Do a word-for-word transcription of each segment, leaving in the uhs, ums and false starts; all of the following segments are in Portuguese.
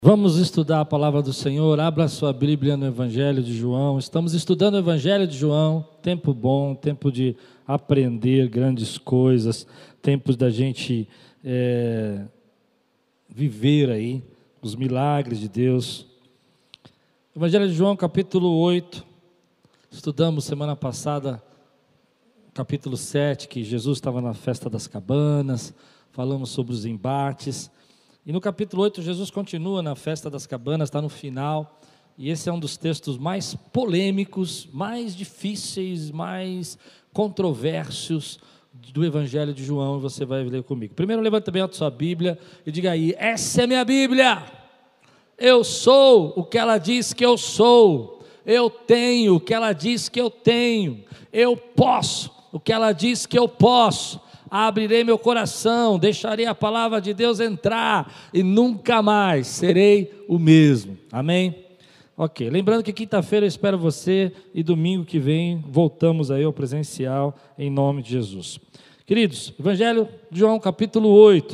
Vamos estudar a palavra do Senhor. Abra sua Bíblia no Evangelho de João. Estamos estudando o Evangelho de João. Tempo bom, tempo de aprender grandes coisas, tempos da gente é, viver aí os milagres de Deus. Evangelho de João, capítulo oito. Estudamos semana passada capítulo sete, que Jesus estava na festa das cabanas. Falamos sobre os embates. E no capítulo oito, Jesus continua na festa das cabanas, está no final, e esse é um dos textos mais polêmicos, mais difíceis, mais controversos do Evangelho de João, e você vai ler comigo. Primeiro, levanta bem a sua Bíblia e diga aí: essa é minha Bíblia, eu sou o que ela diz que eu sou, eu tenho o que ela diz que eu tenho, eu posso o que ela diz que eu posso. Abrirei meu coração, deixarei a palavra de Deus entrar e nunca mais serei o mesmo. Amém? Ok, lembrando que quinta-feira eu espero você e domingo que vem voltamos aí ao presencial em nome de Jesus. Queridos, Evangelho de João capítulo oito,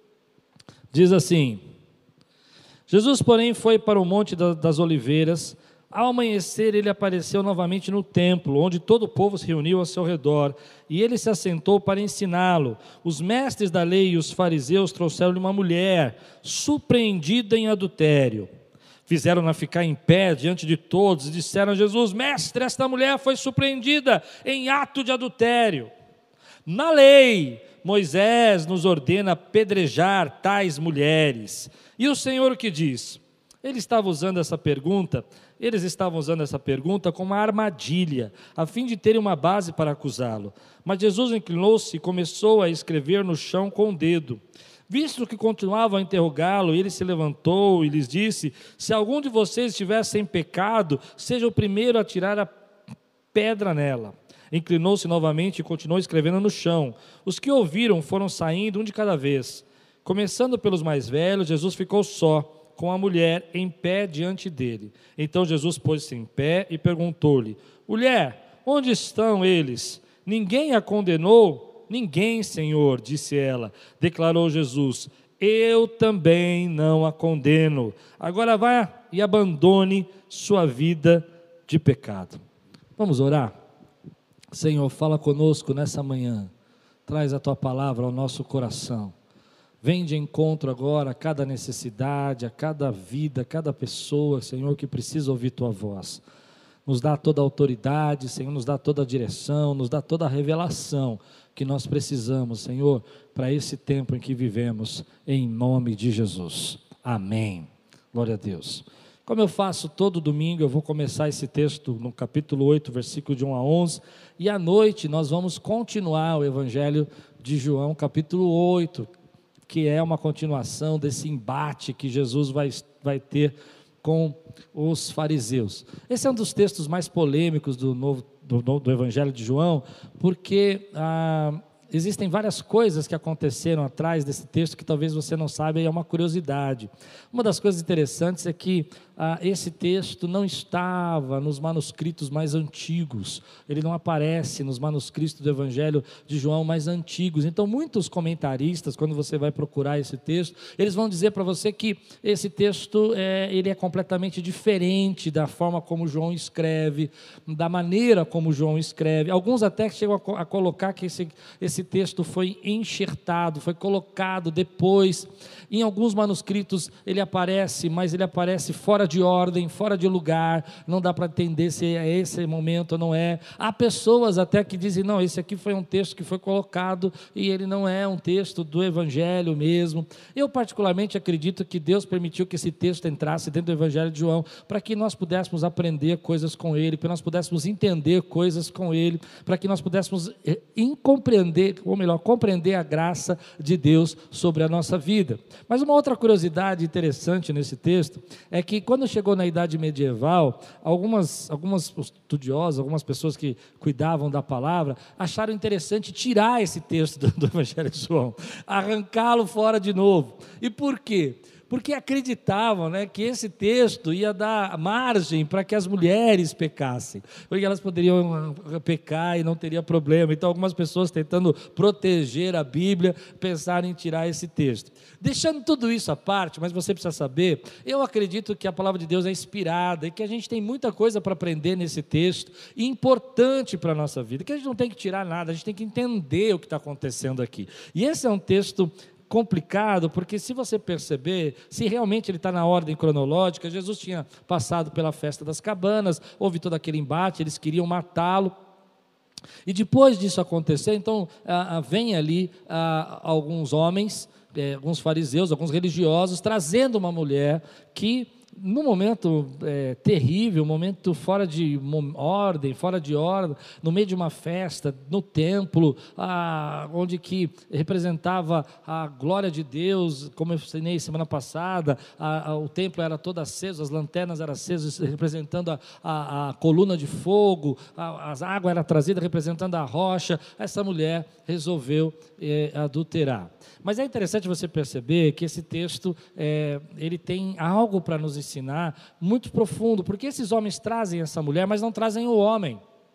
diz assim: Jesus, porém, foi para o Monte das Oliveiras. Ao amanhecer, ele apareceu novamente no templo, onde todo o povo se reuniu ao seu redor, e ele se assentou para ensiná-lo. Os mestres da lei e os fariseus trouxeram-lhe uma mulher, surpreendida em adultério. Fizeram-na ficar em pé diante de todos, e disseram a Jesus: Mestre, esta mulher foi surpreendida em ato de adultério. Na lei, Moisés nos ordena apedrejar tais mulheres. E o Senhor o que diz? Ele estava usando essa pergunta, eles estavam usando essa pergunta como uma armadilha, a fim de terem uma base para acusá-lo. Mas Jesus inclinou-se e começou a escrever no chão com o dedo. Visto que continuavam a interrogá-lo, ele se levantou e lhes disse: se algum de vocês estiver sem pecado, seja o primeiro a tirar a pedra nela. Inclinou-se novamente e continuou escrevendo no chão. Os que ouviram foram saindo um de cada vez. Começando pelos mais velhos, Jesus ficou só, com a mulher em pé diante dele. Então Jesus pôs-se em pé e perguntou-lhe: mulher, onde estão eles? Ninguém a condenou? Ninguém, Senhor, disse ela. Declarou Jesus: eu também não a condeno. Agora vá e abandone sua vida de pecado. Vamos orar? Senhor, fala conosco nessa manhã. Traz a tua palavra ao nosso coração. Vem de encontro agora a cada necessidade, a cada vida, a cada pessoa, Senhor, que precisa ouvir Tua voz. Nos dá toda a autoridade, Senhor, nos dá toda a direção, nos dá toda a revelação que nós precisamos, Senhor, para esse tempo em que vivemos, em nome de Jesus. Amém. Glória a Deus. Como eu faço todo domingo, eu vou começar esse texto no capítulo oito, versículo de um a onze, e à noite nós vamos continuar o Evangelho de João, capítulo oito, que é uma continuação desse embate que Jesus vai, vai ter com os fariseus. Esse é um dos textos mais polêmicos do, novo, do, do Evangelho de João, porque ah, existem várias coisas que aconteceram atrás desse texto que talvez você não saiba, e é uma curiosidade. Uma das coisas interessantes é que ah, esse texto não estava nos manuscritos mais antigos, ele não aparece nos manuscritos do Evangelho de João mais antigos. Então muitos comentaristas, quando você vai procurar esse texto, eles vão dizer para você que esse texto é, ele é completamente diferente da forma como João escreve, da maneira como João escreve. Alguns até chegam a, a colocar que esse, esse texto foi enxertado, foi colocado depois. Em alguns manuscritos ele aparece, mas ele aparece fora de ordem, fora de lugar, não dá para entender se é esse momento ou não é. Há pessoas até que dizem: não, esse aqui foi um texto que foi colocado e ele não é um texto do Evangelho mesmo. Eu particularmente acredito que Deus permitiu que esse texto entrasse dentro do Evangelho de João, para que nós pudéssemos aprender coisas com ele, para que nós pudéssemos entender coisas com ele, para que nós pudéssemos compreender, ou melhor, compreender a graça de Deus sobre a nossa vida. Mas uma outra curiosidade interessante nesse texto é que quando chegou na idade medieval, algumas, algumas estudiosos, algumas pessoas que cuidavam da palavra, acharam interessante tirar esse texto do, do Evangelho de João, arrancá-lo fora de novo. E por quê? Porque acreditavam, né, que esse texto ia dar margem para que as mulheres pecassem, porque elas poderiam pecar e não teria problema. Então algumas pessoas, tentando proteger a Bíblia, pensaram em tirar esse texto. Deixando tudo isso à parte, mas você precisa saber, eu acredito que a palavra de Deus é inspirada e que a gente tem muita coisa para aprender nesse texto, e importante para a nossa vida, que a gente não tem que tirar nada, a gente tem que entender o que está acontecendo aqui. E esse é um texto complicado, porque se você perceber, se realmente ele está na ordem cronológica, Jesus tinha passado pela festa das cabanas, houve todo aquele embate, eles queriam matá-lo, e depois disso acontecer, então ah, ah, vem ali ah, alguns homens, eh, alguns fariseus, alguns religiosos, trazendo uma mulher que, num momento é, terrível, um momento fora de ordem, fora de ordem, no meio de uma festa, no templo, ah, onde que representava a glória de Deus, como eu ensinei semana passada, a, a, o templo era todo aceso, as lanternas eram acesas, representando a, a, a coluna de fogo, a, a água era trazida representando a rocha. Essa mulher resolveu é, adulterar. Mas é interessante você perceber que esse texto, é, ele tem algo para nos ensinar muito profundo, porque esses homens trazem essa mulher, mas não trazem o homem.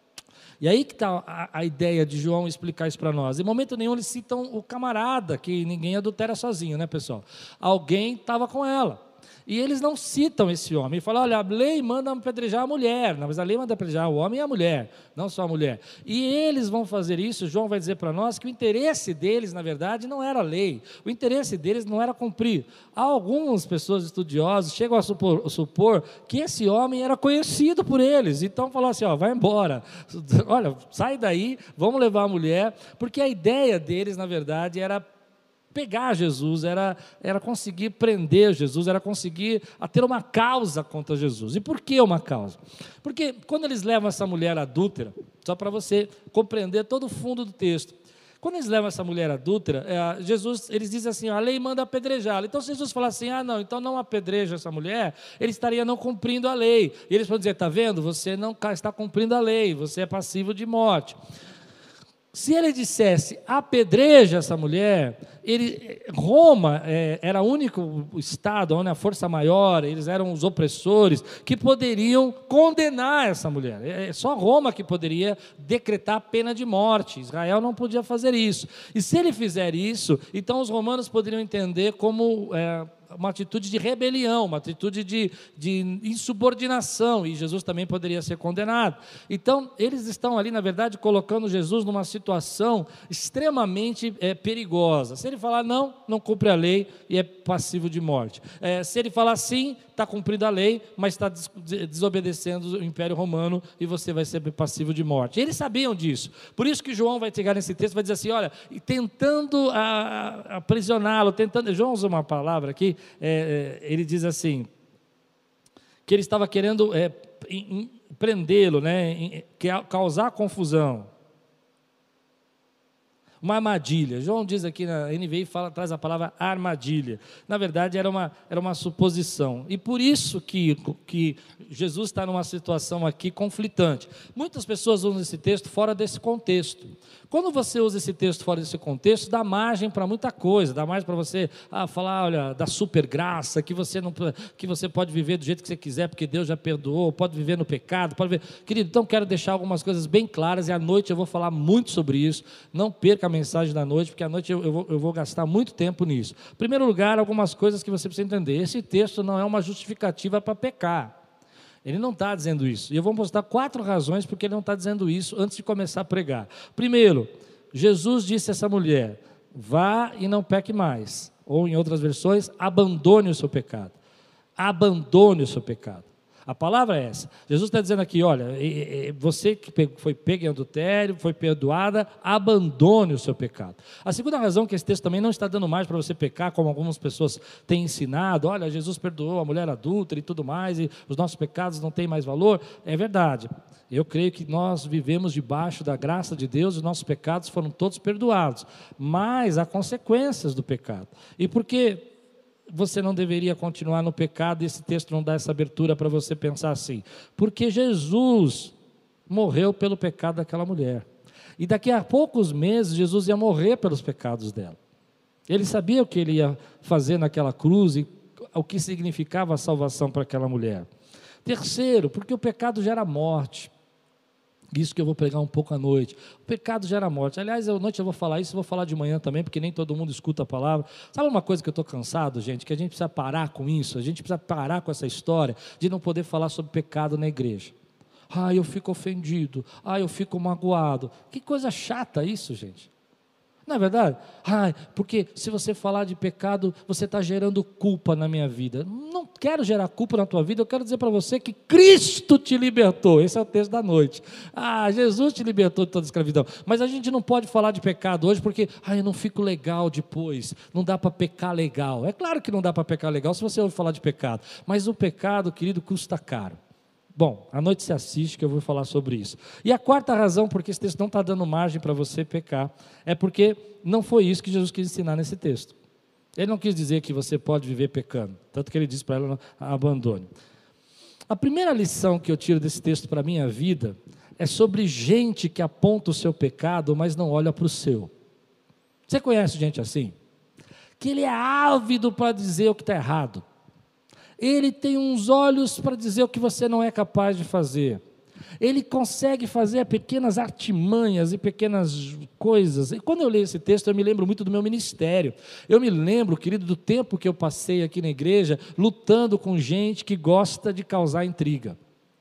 E aí que está a, a ideia de João explicar isso para nós. Em momento nenhum eles citam o camarada, que ninguém adultera sozinho, né, pessoal? Alguém estava com ela. E eles não citam esse homem, e falam, olha, a lei manda apedrejar a mulher, não, mas a lei manda apedrejar o homem e a mulher, não só a mulher. E eles vão fazer isso, João vai dizer para nós que o interesse deles, na verdade, não era a lei, o interesse deles não era cumprir. Algumas pessoas estudiosas chegam a supor, a supor que esse homem era conhecido por eles, então falou assim, ó, vai embora, olha, sai daí, vamos levar a mulher, porque a ideia deles, na verdade, era pegar Jesus, era, era conseguir prender Jesus, era conseguir a ter uma causa contra Jesus. E por que uma causa? Porque quando eles levam essa mulher adúltera, só para você compreender todo o fundo do texto, quando eles levam essa mulher adúltera, é, Jesus, eles dizem assim, a lei manda apedrejá-la. Então se Jesus falar assim, ah não, então não apedreja essa mulher, ele estaria não cumprindo a lei. E eles vão dizer, está vendo, você não está cumprindo a lei, você é passivo de morte. Se ele dissesse, apedreja essa mulher, ele, Roma é, era o único estado onde a força maior, eles eram os opressores, que poderiam condenar essa mulher. É só Roma que poderia decretar pena de morte, Israel não podia fazer isso. E se ele fizer isso, então os romanos poderiam entender como É, uma atitude de rebelião, uma atitude de, de insubordinação, e Jesus também poderia ser condenado. Então, eles estão ali, na verdade, colocando Jesus numa situação extremamente é, perigosa. Se ele falar não, não cumpre a lei e é passivo de morte. É, se ele falar sim, está cumprindo a lei, mas está des desobedecendo o Império Romano e você vai ser passivo de morte. Eles sabiam disso. Por isso que João vai chegar nesse texto e vai dizer assim, olha, e tentando aprisioná-lo, tentando... João usa uma palavra aqui, é, é, ele diz assim, que ele estava querendo é, prendê-lo, né, causar confusão. Uma armadilha. João diz aqui na N V I, fala, traz a palavra armadilha. Na verdade, era uma, era uma suposição. E por isso que, que Jesus está numa situação aqui conflitante. Muitas pessoas usam esse texto fora desse contexto. Quando você usa esse texto fora desse contexto, dá margem para muita coisa, dá margem para você ah, falar, olha, da super graça, que você, não, que você pode viver do jeito que você quiser, porque Deus já perdoou, pode viver no pecado, pode viver... Querido, então quero deixar algumas coisas bem claras, e à noite eu vou falar muito sobre isso, não perca a mensagem da noite, porque à noite eu, eu, vou, eu vou gastar muito tempo nisso. Em primeiro lugar, algumas coisas que você precisa entender, esse texto não é uma justificativa para pecar. Ele não está dizendo isso. E eu vou mostrar quatro razões porque ele não está dizendo isso antes de começar a pregar. Primeiro, Jesus disse a essa mulher, vá e não peque mais. Ou em outras versões, abandone o seu pecado. Abandone o seu pecado. A palavra é essa. Jesus está dizendo aqui, olha, você que foi pego em adultério, foi perdoada, abandone o seu pecado. A segunda razão que esse texto também não está dando mais para você pecar, como algumas pessoas têm ensinado, olha, Jesus perdoou a mulher adúltera e tudo mais, e os nossos pecados não têm mais valor. É verdade. Eu creio que nós vivemos debaixo da graça de Deus, os nossos pecados foram todos perdoados, mas há consequências do pecado. E por que você não deveria continuar no pecado, e esse texto não dá essa abertura para você pensar assim? Porque Jesus morreu pelo pecado daquela mulher, e daqui a poucos meses Jesus ia morrer pelos pecados dela. Ele sabia o que ele ia fazer naquela cruz, e o que significava a salvação para aquela mulher. Terceiro, porque o pecado gera morte. Isso que eu vou pregar um pouco à noite. O pecado gera morte. Aliás, à noite eu vou falar isso, vou falar de manhã também, porque nem todo mundo escuta a palavra. Sabe uma coisa que eu estou cansado, gente? Que a gente precisa parar com isso, a gente precisa parar com essa história de não poder falar sobre pecado na igreja. Ah, eu fico ofendido. Ah, eu fico magoado. Que coisa chata isso, gente. Não é verdade? Ah, porque se você falar de pecado, você está gerando culpa na minha vida. Não quero gerar culpa na tua vida, eu quero dizer para você que Cristo te libertou. Esse é o texto da noite. Ah, Jesus te libertou de toda escravidão. Mas a gente não pode falar de pecado hoje porque, ah, eu não fico legal depois. Não dá para pecar legal. É claro que não dá para pecar legal se você ouve falar de pecado. Mas o pecado, querido, custa caro. Bom, à noite se assiste que eu vou falar sobre isso. E a quarta razão porque esse texto não está dando margem para você pecar, é porque não foi isso que Jesus quis ensinar nesse texto. Ele não quis dizer que você pode viver pecando, tanto que ele disse para ela, abandone. A primeira lição que eu tiro desse texto para a minha vida é sobre gente que aponta o seu pecado, mas não olha para o seu. Você conhece gente assim? Que ele é ávido para dizer o que está errado. Ele tem uns olhos para dizer o que você não é capaz de fazer. Ele consegue fazer pequenas artimanhas e pequenas coisas. E quando eu leio esse texto, eu me lembro muito do meu ministério. Eu me lembro, querido, do tempo que eu passei aqui na igreja, lutando com gente que gosta de causar intriga.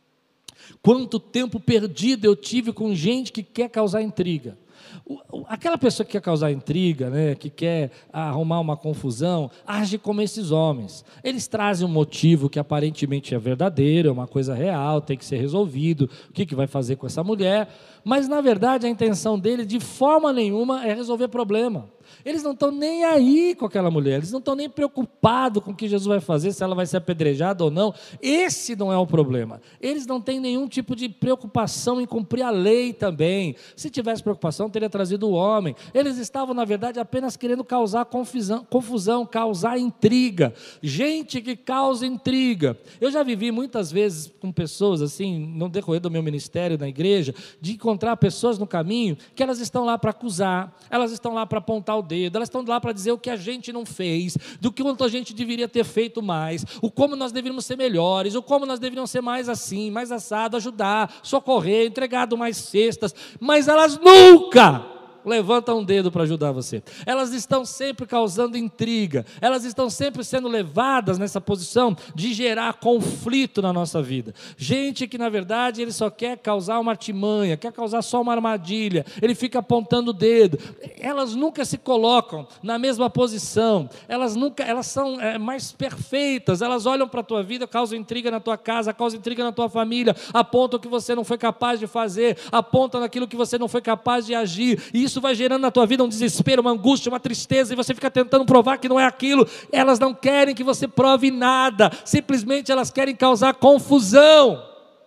Quanto tempo perdido eu tive com gente que quer causar intriga. Aquela pessoa que quer causar intriga, né, que quer arrumar uma confusão, age como esses homens. Eles trazem um motivo que aparentemente é verdadeiro, é uma coisa real, tem que ser resolvido, o que, que vai fazer com essa mulher, mas na verdade a intenção dele de forma nenhuma é resolver problema. Eles não estão nem aí com aquela mulher, eles não estão nem preocupados com o que Jesus vai fazer, se ela vai ser apedrejada ou não. Esse não é o problema. Eles não têm nenhum tipo de preocupação em cumprir a lei também. Se tivesse preocupação, teria trazido o homem. Eles estavam, na verdade, apenas querendo causar confusão, confusão, causar intriga. Gente que causa intriga. Eu já vivi muitas vezes com pessoas, assim, no decorrer do meu ministério na igreja, de encontrar pessoas no caminho que elas estão lá para acusar, elas estão lá para apontar o dedo, elas estão lá para dizer o que a gente não fez, do que quanto a gente deveria ter feito mais, o como nós deveríamos ser melhores, o como nós deveríamos ser mais assim, mais assado, ajudar, socorrer, entregado mais cestas, mas elas nunca levantam um dedo para ajudar você. Elas estão sempre causando intriga, elas estão sempre sendo levadas nessa posição de gerar conflito na nossa vida. Gente que na verdade ele só quer causar uma artimanha, quer causar só uma armadilha, ele fica apontando o dedo. Elas nunca se colocam na mesma posição, elas nunca, elas são é, mais perfeitas, elas olham para a tua vida, causam intriga na tua casa, causam intriga na tua família, apontam o que você não foi capaz de fazer, apontam naquilo que você não foi capaz de agir, e isso Isso vai gerando na tua vida um desespero, uma angústia, uma tristeza, e você fica tentando provar que não é aquilo. Elas não querem que você prove nada, simplesmente elas querem causar confusão.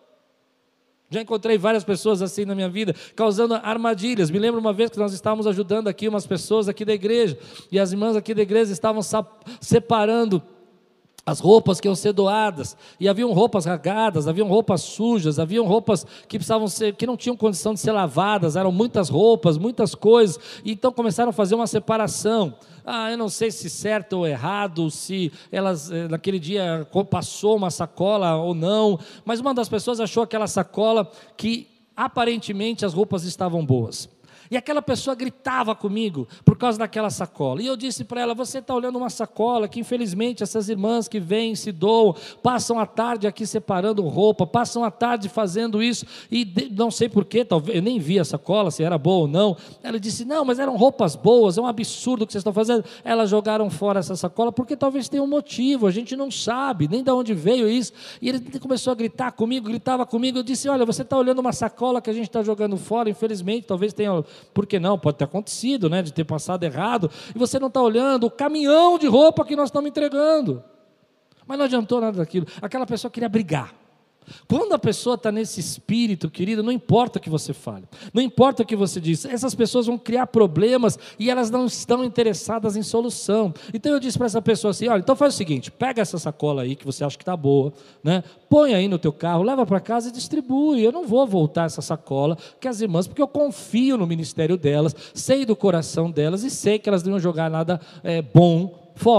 Já encontrei várias pessoas assim na minha vida, causando armadilhas. Me lembro uma vez que nós estávamos ajudando aqui umas pessoas aqui da igreja, e as irmãs aqui da igreja estavam separando as roupas que iam ser doadas, e haviam roupas rasgadas, haviam roupas sujas, haviam roupas que precisavam ser, que não tinham condição de ser lavadas, eram muitas roupas, muitas coisas, e então começaram a fazer uma separação. Ah, eu não sei se certo ou errado, se elas, naquele dia passou uma sacola ou não, mas uma das pessoas achou aquela sacola que aparentemente as roupas estavam boas. E aquela pessoa gritava comigo por causa daquela sacola. E eu disse para ela, você está olhando uma sacola que infelizmente essas irmãs que vêm, se doam, passam a tarde aqui separando roupa, passam a tarde fazendo isso, e de, não sei porquê, talvez, eu nem vi a sacola, se era boa ou não. Ela disse, não, mas eram roupas boas, é um absurdo o que vocês estão fazendo. Elas jogaram fora essa sacola porque talvez tenha um motivo, a gente não sabe nem de onde veio isso. E ele começou a gritar comigo, gritava comigo, eu disse, olha, você está olhando uma sacola que a gente está jogando fora, infelizmente, talvez tenha... Por que não? Pode ter acontecido, né, de ter passado errado, e você não está olhando o caminhão de roupa que nós estamos entregando. Mas não adiantou nada daquilo. Aquela pessoa queria brigar. Quando a pessoa está nesse espírito, querido, não importa o que você fale, não importa o que você diz, essas pessoas vão criar problemas e elas não estão interessadas em solução. Então eu disse para essa pessoa assim, olha, então faz o seguinte, pega essa sacola aí que você acha que está boa, né? Põe aí no teu carro, leva para casa e distribui. Eu não vou voltar essa sacola que as irmãs, porque eu confio no ministério delas, sei do coração delas e sei que elas não iam jogar nada é, bom fora.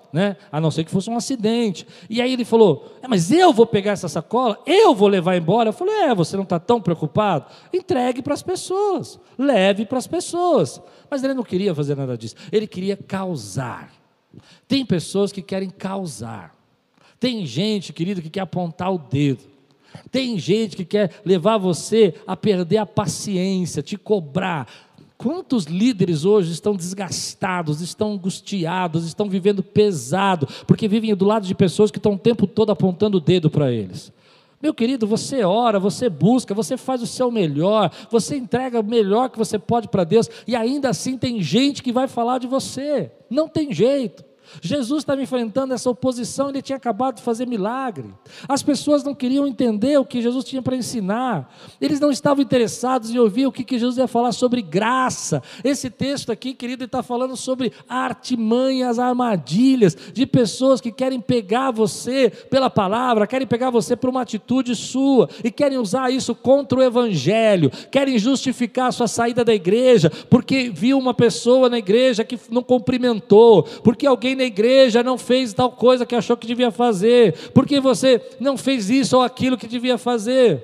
né? A não ser que fosse um acidente. E aí ele falou, é, mas eu vou pegar essa sacola? Eu vou levar embora? Eu falei, é, você não está tão preocupado? Entregue para as pessoas, leve para as pessoas. Mas ele não queria fazer nada disso, ele queria causar. Tem pessoas que querem causar. Tem gente, querido, que quer apontar o dedo. Tem gente que quer levar você a perder a paciência, te cobrar. Quantos líderes hoje estão desgastados, estão angustiados, estão vivendo pesado, porque vivem do lado de pessoas que estão o tempo todo apontando o dedo para eles. Meu querido, você ora, você busca, você faz o seu melhor, você entrega o melhor que você pode para Deus, e ainda assim tem gente que vai falar de você, não tem jeito. Jesus estava enfrentando essa oposição, ele tinha acabado de fazer milagre. As pessoas não queriam entender o que Jesus tinha para ensinar. Eles não estavam interessados em ouvir o que, que Jesus ia falar sobre graça. Esse texto aqui, querido, ele está falando sobre artimanhas, armadilhas de pessoas que querem pegar você pela palavra, querem pegar você por uma atitude sua e querem usar isso contra o evangelho, querem justificar a sua saída da igreja porque viu uma pessoa na igreja que não cumprimentou, porque alguém na igreja não fez tal coisa que achou que devia fazer, porque você não fez isso ou aquilo que devia fazer.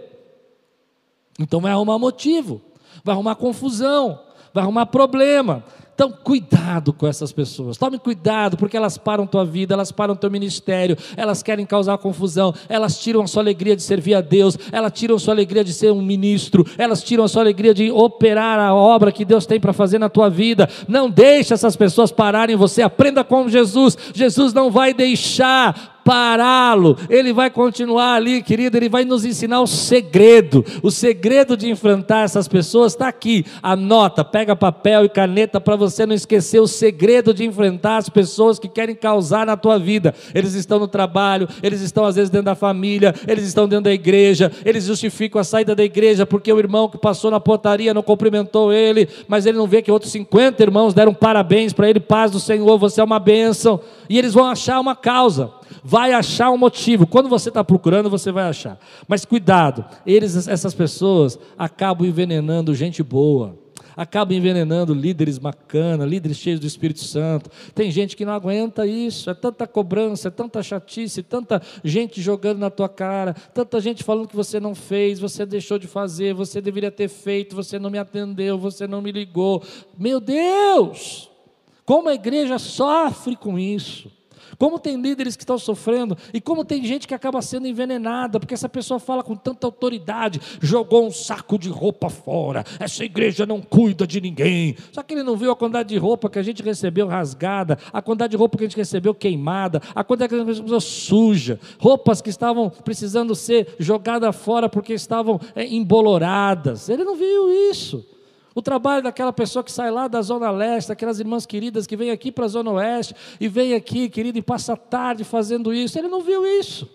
Então vai arrumar motivo, vai arrumar confusão, vai arrumar problema. Então cuidado com essas pessoas, tome cuidado, porque elas param tua vida, elas param teu ministério, elas querem causar confusão, elas tiram a sua alegria de servir a Deus, elas tiram a sua alegria de ser um ministro, elas tiram a sua alegria de operar a obra que Deus tem para fazer na tua vida. Não deixe essas pessoas pararem você, aprenda com Jesus. Jesus não vai deixar pará-lo, ele vai continuar ali, querido, ele vai nos ensinar o segredo, o segredo de enfrentar essas pessoas está aqui, anota, pega papel e caneta para você não esquecer o segredo de enfrentar as pessoas que querem causar na tua vida. Eles estão no trabalho, eles estão às vezes dentro da família, eles estão dentro da igreja, eles justificam a saída da igreja porque o irmão que passou na portaria não cumprimentou ele, mas ele não vê que outros cinquenta irmãos deram parabéns para ele, paz do Senhor, você é uma bênção, e eles vão achar uma causa, vai achar um motivo. Quando você está procurando, você vai achar. Mas cuidado, eles, essas pessoas acabam envenenando gente boa, acabam envenenando líderes bacanas, líderes cheios do Espírito Santo. Tem gente que não aguenta isso, é tanta cobrança, é tanta chatice, tanta gente jogando na tua cara, tanta gente falando que você não fez, você deixou de fazer, você deveria ter feito, você não me atendeu, você não me ligou. Meu Deus, como a igreja sofre com isso. Como tem líderes que estão sofrendo, e como tem gente que acaba sendo envenenada, porque essa pessoa fala com tanta autoridade, jogou um saco de roupa fora, essa igreja não cuida de ninguém. Só que ele não viu a quantidade de roupa que a gente recebeu rasgada, a quantidade de roupa que a gente recebeu queimada, a quantidade que a gente recebeu suja, roupas que estavam precisando ser jogadas fora porque estavam é, emboloradas. Ele não viu isso. O trabalho daquela pessoa que sai lá da Zona Leste, daquelas irmãs queridas que vêm aqui para a Zona Oeste, e vem aqui, querido, e passa a tarde fazendo isso, ele não viu isso.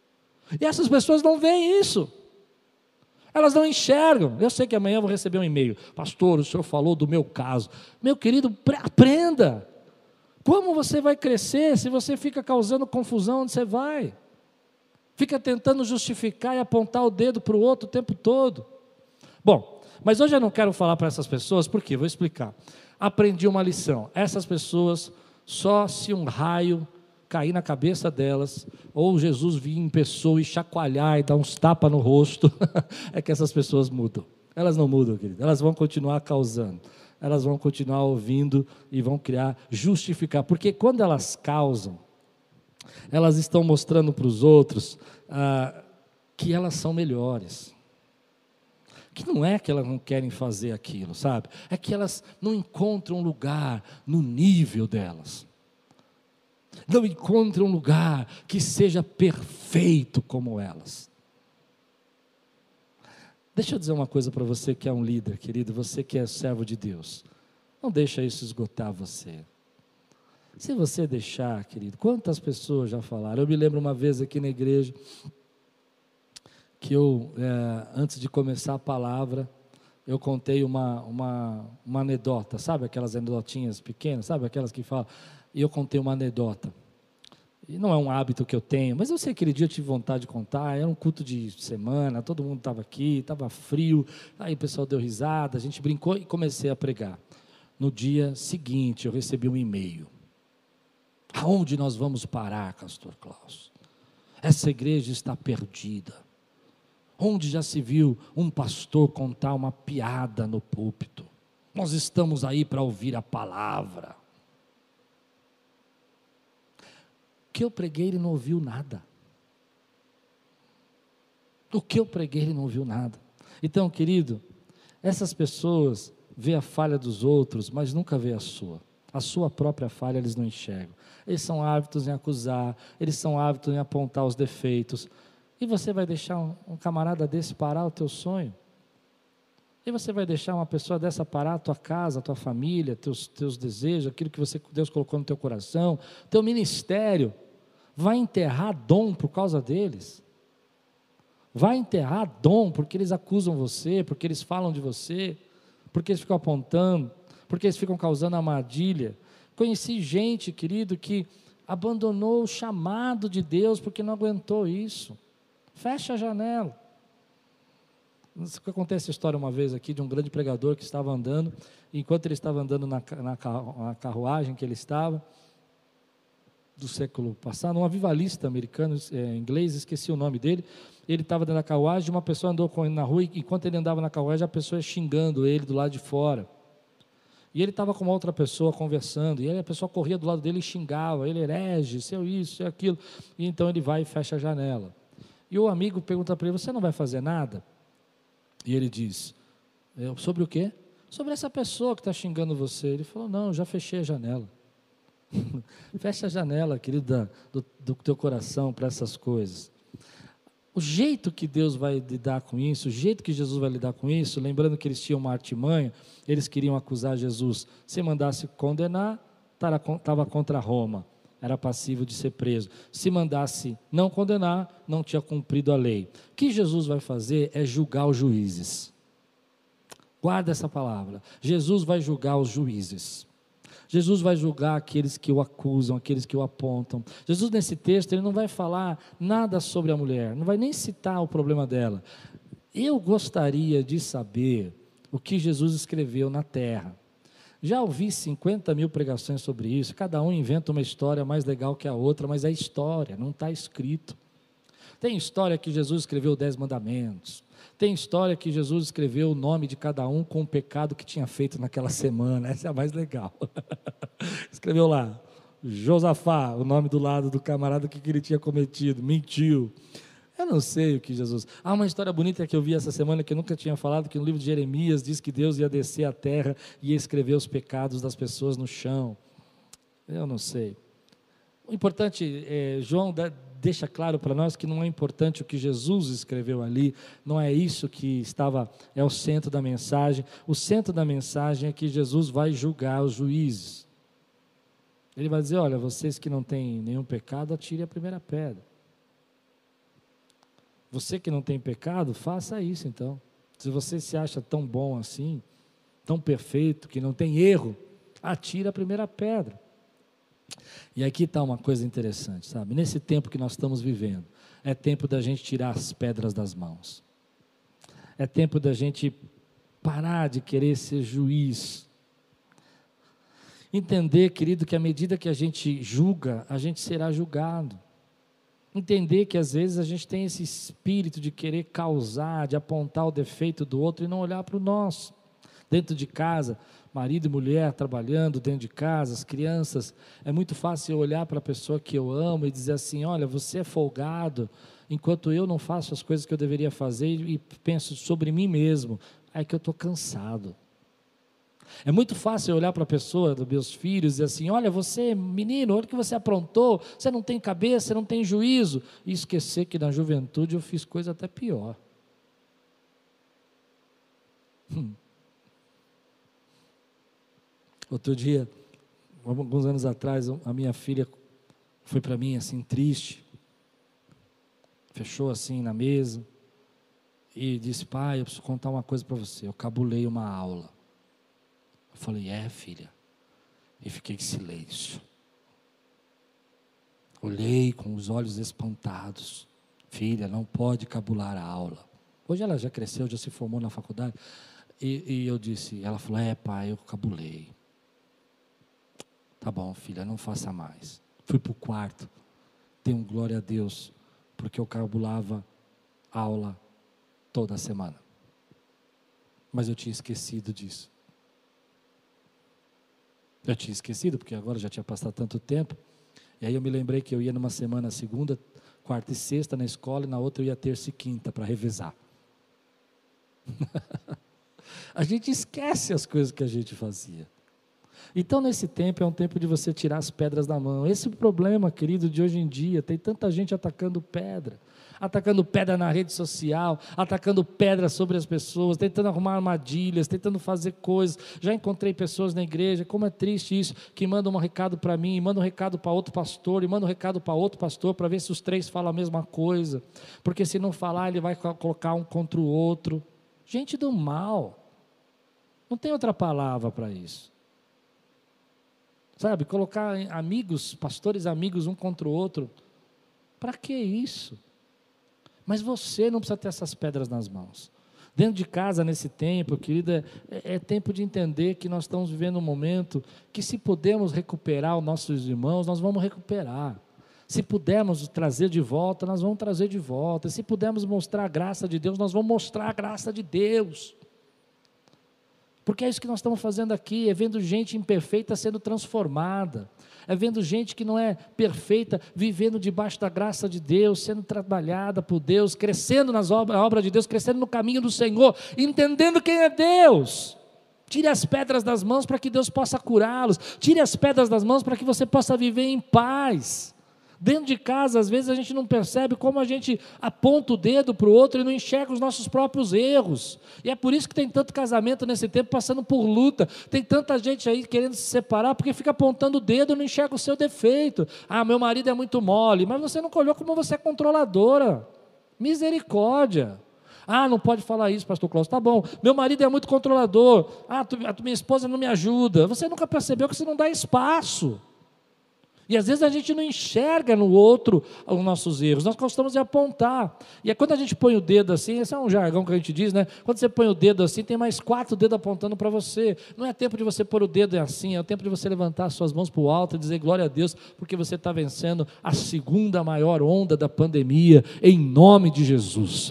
E essas pessoas não veem isso. Elas não enxergam. Eu sei que amanhã eu vou receber um e-mail. Pastor, o senhor falou do meu caso. Meu querido, aprenda. Como você vai crescer se você fica causando confusão onde você vai? Fica tentando justificar e apontar o dedo para o outro o tempo todo. Bom, mas hoje eu não quero falar para essas pessoas, por quê? Vou explicar. Aprendi uma lição. Essas pessoas, só se um raio cair na cabeça delas, ou Jesus vir em pessoa e chacoalhar e dar uns tapas no rosto, é que essas pessoas mudam. Elas não mudam, querido. Elas vão continuar causando. Elas vão continuar ouvindo e vão criar, justificar. Porque quando elas causam, elas estão mostrando para os outros ah, que elas são melhores. Que não é que elas não querem fazer aquilo, sabe? É que elas não encontram lugar no nível delas. Não encontram lugar que seja perfeito como elas. Deixa eu dizer uma coisa para você que é um líder, querido, você que é servo de Deus. Não deixa isso esgotar você. Se você deixar, querido, quantas pessoas já falaram? Eu me lembro uma vez aqui na igreja, que eu, é, antes de começar a palavra, eu contei uma, uma, uma anedota, sabe aquelas anedotinhas pequenas, sabe aquelas que falam, e eu contei uma anedota, e não é um hábito que eu tenho, mas eu sei que aquele dia eu tive vontade de contar, era um culto de semana, todo mundo estava aqui, estava frio, aí o pessoal deu risada, a gente brincou e comecei a pregar. No dia seguinte eu recebi um e-mail, Aonde nós vamos parar, pastor Klaus? Essa igreja está perdida. Onde já se viu um pastor contar uma piada no púlpito? Nós estamos aí para ouvir a palavra. O que eu preguei, ele não ouviu nada. O que eu preguei, ele não ouviu nada. Então, querido, essas pessoas vê a falha dos outros, mas nunca vê a sua. A sua própria falha eles não enxergam. Eles são hábitos em acusar, eles são hábitos em apontar os defeitos. E você vai deixar um, um camarada desse parar o teu sonho? E você vai deixar uma pessoa dessa parar a tua casa, a tua família, teus, teus desejos, aquilo que você, Deus colocou no teu coração, teu ministério? Vai enterrar dom por causa deles? Vai enterrar dom porque eles acusam você, porque eles falam de você, porque eles ficam apontando, porque eles ficam causando armadilha. Conheci gente, querido, que abandonou o chamado de Deus porque não aguentou isso. Fecha a janela. Acontece a história uma vez aqui de um grande pregador que estava andando, e enquanto ele estava andando na, na, na carruagem que ele estava, do século passado, um avivalista americano, é, inglês, esqueci o nome dele, ele estava dentro da carruagem, uma pessoa andou com ele na rua, e enquanto ele andava na carruagem, a pessoa ia xingando ele do lado de fora, e ele estava com uma outra pessoa conversando, e aí a pessoa corria do lado dele e xingava, ele herege, seu isso, seu aquilo, e então ele vai e fecha a janela, e o amigo pergunta para ele, você não vai fazer nada? E ele diz, sobre o quê? Sobre essa pessoa que está xingando você. Ele falou, não, eu já fechei a janela. Fecha a janela, querida, do, do teu coração para essas coisas. O jeito que Deus vai lidar com isso, o jeito que Jesus vai lidar com isso, lembrando que eles tinham uma artimanha, eles queriam acusar Jesus. Se mandasse condenar, estava contra Roma, era passivo de ser preso. Se mandasse não condenar, não tinha cumprido a lei. O que Jesus vai fazer é julgar os juízes. Guarda essa palavra. Jesus vai julgar os juízes. Jesus vai julgar aqueles que o acusam, aqueles que o apontam. Jesus, nesse texto, ele não vai falar nada sobre a mulher, não vai nem citar o problema dela. Eu gostaria de saber o que Jesus escreveu na terra. Já ouvi cinquenta mil pregações sobre isso, cada um inventa uma história mais legal que a outra, mas é história, não está escrito. Tem história que Jesus escreveu dez mandamentos, tem história que Jesus escreveu o nome de cada um com o pecado que tinha feito naquela semana, essa é a mais legal. Escreveu lá, Josafá, o nome do lado do camarada que ele tinha cometido, mentiu. Eu não sei o que Jesus... Há uma história bonita que eu vi essa semana, que eu nunca tinha falado, que no livro de Jeremias diz que Deus ia descer à terra e ia escrever os pecados das pessoas no chão. Eu não sei. O importante, é, João deixa claro para nós que não é importante o que Jesus escreveu ali, não é isso que estava, é o centro da mensagem. O centro da mensagem é que Jesus vai julgar os juízes. Ele vai dizer, olha, vocês que não têm nenhum pecado, atire a primeira pedra. Você que não tem pecado, faça isso então. Se você se acha tão bom assim, tão perfeito, que não tem erro, atira a primeira pedra. E aqui está uma coisa interessante, sabe? Nesse tempo que nós estamos vivendo, é tempo da gente tirar as pedras das mãos. É tempo da gente parar de querer ser juiz. Entender, querido, que à medida que a gente julga, a gente será julgado. Entender que às vezes a gente tem esse espírito de querer causar, de apontar o defeito do outro e não olhar para o nosso. Dentro de casa, marido e mulher trabalhando dentro de casa, as crianças, é muito fácil eu olhar para a pessoa que eu amo e dizer assim, olha, você é folgado, enquanto eu não faço as coisas que eu deveria fazer e penso sobre mim mesmo, é que eu estou cansado. É muito fácil olhar para a pessoa dos meus filhos e dizer assim, olha, você, menino, olha o que você aprontou, você não tem cabeça, você não tem juízo, e esquecer que na juventude eu fiz coisa até pior. Hum. Outro dia, alguns anos atrás, a minha filha foi para mim assim, triste, fechou assim na mesa, e disse, pai, eu preciso contar uma coisa para você, eu cabulei uma aula. Eu falei, é filha, e fiquei em silêncio, olhei com os olhos espantados, filha, não pode cabular a aula, hoje ela já cresceu, já se formou na faculdade, e, e eu disse, ela falou, é pai, eu cabulei, tá bom filha, não faça mais, Fui para o quarto, dei um glória a Deus, porque eu cabulava aula toda semana. Mas eu tinha esquecido disso. Eu tinha esquecido, porque agora já tinha passado tanto tempo. E aí eu me lembrei que eu ia numa semana segunda, quarta e sexta na escola, e na outra eu ia terça e quinta para revezar. A gente esquece as coisas que a gente fazia. Então nesse tempo é um tempo de você tirar as pedras da mão. Esse é o problema, querido, de hoje em dia. Tem tanta gente atacando pedra, atacando pedra na rede social, atacando pedra sobre as pessoas, tentando arrumar armadilhas, tentando fazer coisas. Já encontrei pessoas na igreja, como é triste isso, que mandam um recado para mim, mandam um recado para outro pastor, e mandam um recado para outro pastor, para ver se os três falam a mesma coisa, porque se não falar ele vai colocar um contra o outro. Gente do mal, não tem outra palavra para isso. Sabe, colocar amigos, pastores amigos um contra o outro, para que isso? Mas você não precisa ter essas pedras nas mãos. Dentro de casa, nesse tempo, querida, é, é tempo de entender que nós estamos vivendo um momento que, se pudermos recuperar os nossos irmãos, nós vamos recuperar. Se pudermos trazer de volta, nós vamos trazer de volta. Se pudermos mostrar a graça de Deus, nós vamos mostrar a graça de Deus. Porque é isso que nós estamos fazendo aqui, é vendo gente imperfeita sendo transformada, é vendo gente que não é perfeita, vivendo debaixo da graça de Deus, sendo trabalhada por Deus, crescendo nas obras, na obra de Deus, crescendo no caminho do Senhor, entendendo quem é Deus. Tire as pedras das mãos para que Deus possa curá-los, tire as pedras das mãos para que você possa viver em paz. Dentro de casa, às vezes a gente não percebe como a gente aponta o dedo para o outro e não enxerga os nossos próprios erros. E é por isso que tem tanto casamento nesse tempo passando por luta. Tem tanta gente aí querendo se separar porque fica apontando o dedo e não enxerga o seu defeito. Ah, meu marido é muito mole, mas você não olhou como você é controladora. Misericórdia. Ah, não pode falar isso, pastor Cláudio. Tá bom, meu marido é muito controlador. Ah, tu, a minha esposa não me ajuda. Você nunca percebeu que você não dá espaço. E às vezes a gente não enxerga no outro os nossos erros, nós gostamos de apontar. E é quando a gente põe o dedo assim, esse é um jargão que a gente diz, né? Quando você põe o dedo assim, tem mais quatro dedos apontando para você. Não é tempo de você pôr o dedo assim, é o tempo de você levantar as suas mãos para o alto e dizer glória a Deus, porque você está vencendo a segunda maior onda da pandemia, em nome de Jesus.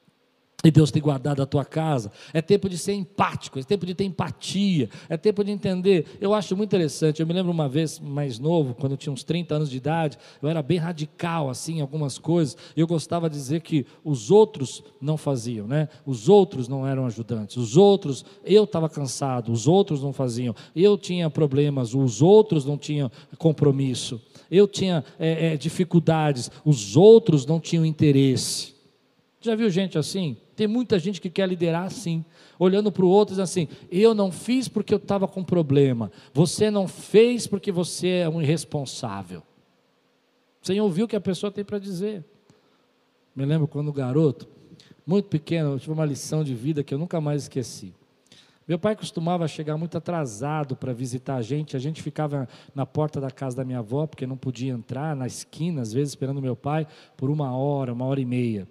E Deus tem guardado a tua casa. É tempo de ser empático, é tempo de ter empatia, é tempo de entender. Eu acho muito interessante, eu me lembro uma vez mais novo, quando eu tinha uns trinta anos de idade, eu era bem radical assim em algumas coisas, eu gostava de dizer que os outros não faziam, né? Os outros não eram ajudantes, os outros, eu estava cansado, os outros não faziam, eu tinha problemas, os outros não tinham compromisso, eu tinha é, é, dificuldades, os outros não tinham interesse. Já viu gente assim? Tem muita gente que quer liderar assim, olhando para o outro e dizendo assim, eu não fiz porque eu estava com problema, você não fez porque você é um irresponsável, sem ouvir o que a pessoa tem para dizer. Me lembro quando garoto, muito pequeno, eu tive uma lição de vida que eu nunca mais esqueci. Meu pai costumava chegar muito atrasado para visitar a gente, a gente ficava na porta da casa da minha avó, porque não podia entrar, na esquina, às vezes esperando meu pai, por uma hora, uma hora e meia.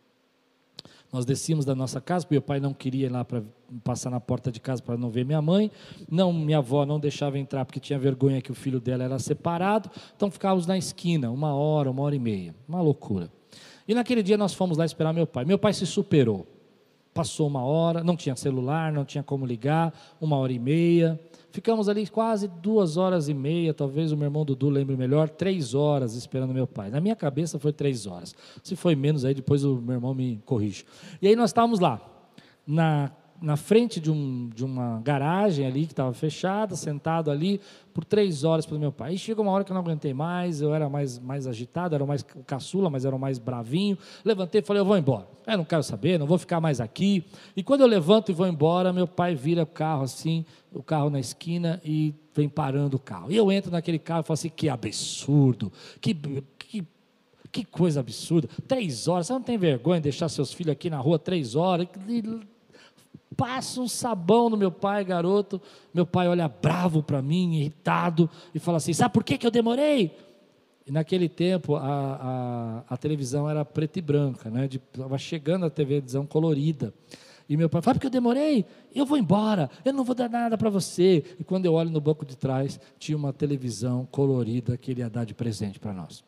Nós descíamos da nossa casa, porque meu pai não queria ir lá para passar na porta de casa para não ver minha mãe, não, minha avó não deixava entrar porque tinha vergonha que o filho dela era separado, então ficávamos na esquina, uma hora, uma hora e meia, uma loucura. E naquele dia nós fomos lá esperar meu pai, meu pai se superou, passou uma hora, não tinha celular, não tinha como ligar, uma hora e meia, ficamos ali quase duas horas e meia, talvez o meu irmão Dudu lembre melhor, três horas esperando meu pai. Na minha cabeça foi três horas. Se foi menos, aí depois o meu irmão me corrige. E aí nós estávamos lá, na, na frente de, um, de uma garagem ali, que estava fechada, sentado ali, por três horas para o meu pai. Aí chegou uma hora que eu não aguentei mais, eu era mais, mais agitado, era mais caçula, mas era mais bravinho. Levantei e falei, eu vou embora. Eu não quero saber, não vou ficar mais aqui. E quando eu levanto e vou embora, meu pai vira o carro assim, o carro na esquina e vem parando o carro. E eu entro naquele carro e falo assim, que absurdo, que, que, que coisa absurda. Três horas, você não tem vergonha de deixar seus filhos aqui na rua três horas? Passa um sabão no meu pai, garoto. Meu pai olha bravo para mim, irritado, e fala assim, sabe por que, que eu demorei? E naquele tempo a, a, a televisão era preta e branca, né? Estava chegando a televisão colorida. E meu pai fala, porque eu demorei, eu vou embora, eu não vou dar nada para você. E quando eu olho no banco de trás, tinha uma televisão colorida que ele ia dar de presente para nós.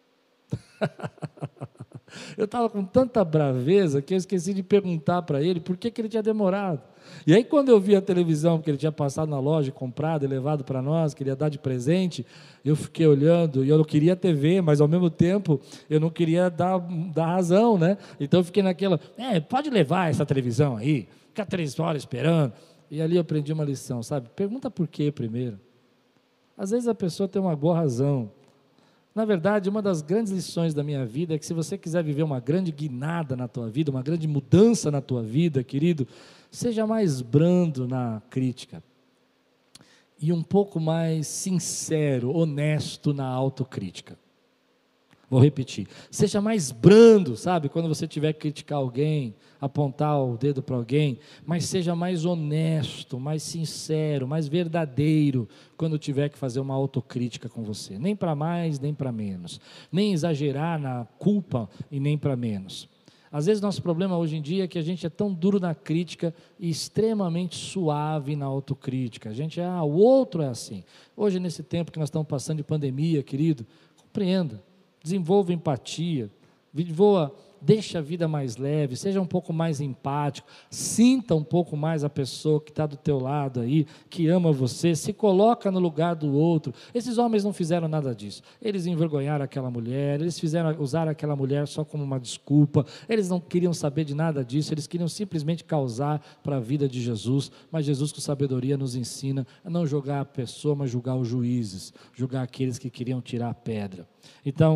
Eu estava com tanta braveza que eu esqueci de perguntar para ele por que, que ele tinha demorado. E aí quando eu vi a televisão que ele tinha passado na loja, comprado e levado para nós, que ele ia dar de presente, eu fiquei olhando, e eu não queria T V, mas ao mesmo tempo eu não queria dar, dar razão, né? Então eu fiquei naquela, é, pode levar essa televisão aí, ficar três horas esperando. E ali eu aprendi uma lição, sabe? Pergunta por quê primeiro. Às vezes a pessoa tem uma boa razão. Na verdade, uma das grandes lições da minha vida é que se você quiser viver uma grande guinada na tua vida, uma grande mudança na tua vida, querido, seja mais brando na crítica e um pouco mais sincero, honesto na autocrítica. Vou repetir, seja mais brando, sabe, quando você tiver que criticar alguém, apontar o dedo para alguém, mas seja mais honesto, mais sincero, mais verdadeiro, quando tiver que fazer uma autocrítica com você, nem para mais, nem para menos, nem exagerar na culpa e nem para menos. Às vezes nosso problema hoje em dia é que a gente é tão duro na crítica e extremamente suave na autocrítica, a gente, ah, o outro é assim. Hoje nesse tempo que nós estamos passando de pandemia, querido, compreenda, desenvolva empatia, voa, deixa a vida mais leve, seja um pouco mais empático, sinta um pouco mais a pessoa que está do teu lado aí, que ama você, se coloca no lugar do outro. Esses homens não fizeram nada disso, eles envergonharam aquela mulher, eles fizeram, usaram aquela mulher só como uma desculpa, eles não queriam saber de nada disso, eles queriam simplesmente causar para a vida de Jesus, mas Jesus com sabedoria nos ensina a não julgar a pessoa, mas julgar os juízes, julgar aqueles que queriam tirar a pedra. Então,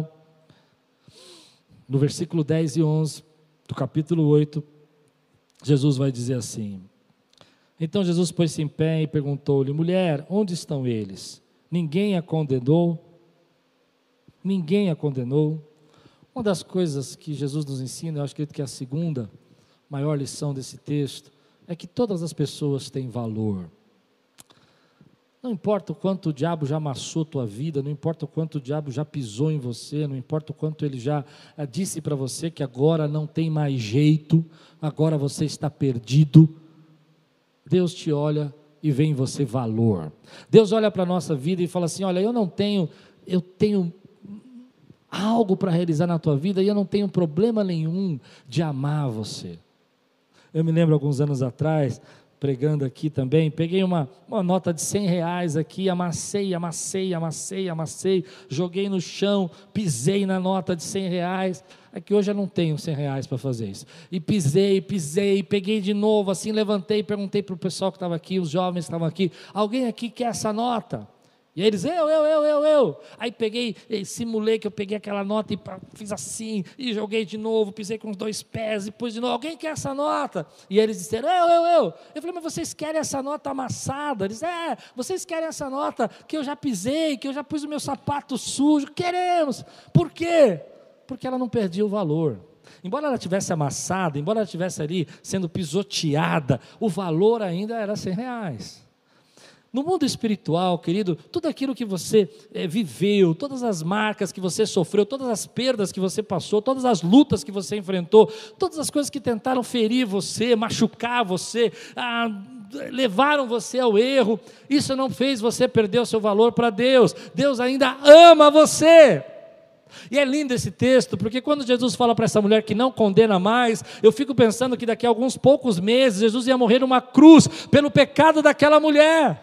no versículo dez e onze do capítulo oito, Jesus vai dizer assim: então Jesus pôs-se em pé e perguntou-lhe, mulher, onde estão eles? Ninguém a condenou? Ninguém a condenou? Uma das coisas que Jesus nos ensina, eu acho que é a segunda maior lição desse texto, é que todas as pessoas têm valor. Não importa o quanto o diabo já amassou tua vida, não importa o quanto o diabo já pisou em você, não importa o quanto ele já disse para você que agora não tem mais jeito, agora você está perdido, Deus te olha e vê em você valor. Deus olha para a nossa vida e fala assim, olha, eu não tenho, eu tenho algo para realizar na tua vida e eu não tenho problema nenhum de amar você. Eu me lembro alguns anos atrás, pregando aqui também, peguei uma, uma nota de cem reais aqui, amassei, amassei, amassei, amassei, joguei no chão, pisei na nota de cem reais, é que hoje eu não tenho cem reais para fazer isso, e pisei, pisei, peguei de novo, assim, levantei, perguntei para o pessoal que estava aqui, os jovens que estavam aqui, alguém aqui quer essa nota? E aí eles, eu, eu, eu, eu, eu, aí peguei, simulei que eu peguei aquela nota e fiz assim, e joguei de novo, pisei com os dois pés, e pus de novo, alguém quer essa nota? E eles disseram, eu, eu, eu, eu falei, mas vocês querem essa nota amassada? Eles, é, vocês querem essa nota que eu já pisei, que eu já pus o meu sapato sujo? Queremos, por quê? Porque ela não perdia o valor. Embora ela tivesse amassada, embora ela estivesse ali sendo pisoteada, o valor ainda era cem reais. No mundo espiritual, querido, tudo aquilo que você é, viveu, todas as marcas que você sofreu, todas as perdas que você passou, todas as lutas que você enfrentou, todas as coisas que tentaram ferir você, machucar você, ah, levaram você ao erro, isso não fez você perder o seu valor para Deus. Deus ainda ama você. E é lindo esse texto, porque quando Jesus fala para essa mulher que não condena mais, eu fico pensando que daqui a alguns poucos meses, Jesus ia morrer numa cruz pelo pecado daquela mulher.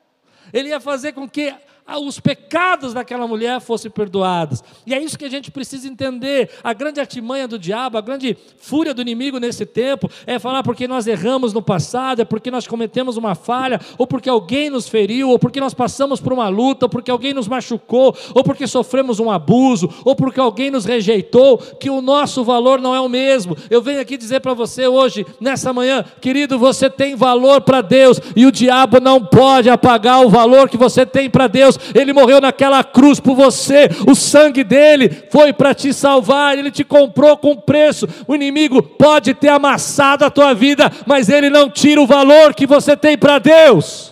Ele ia fazer com que os pecados daquela mulher fossem perdoados. E é isso que a gente precisa entender. A grande artimanha do diabo, a grande fúria do inimigo nesse tempo, é falar porque nós erramos no passado, é porque nós cometemos uma falha, ou porque alguém nos feriu, ou porque nós passamos por uma luta, ou porque alguém nos machucou, ou porque sofremos um abuso, ou porque alguém nos rejeitou, que o nosso valor não é o mesmo. Eu venho aqui dizer para você hoje, nessa manhã, querido, você tem valor para Deus, e o diabo não pode apagar o valor que você tem para Deus. Ele morreu naquela cruz por você, o sangue dele foi para te salvar, ele te comprou com preço. O inimigo pode ter amassado a tua vida, mas ele não tira o valor que você tem para Deus.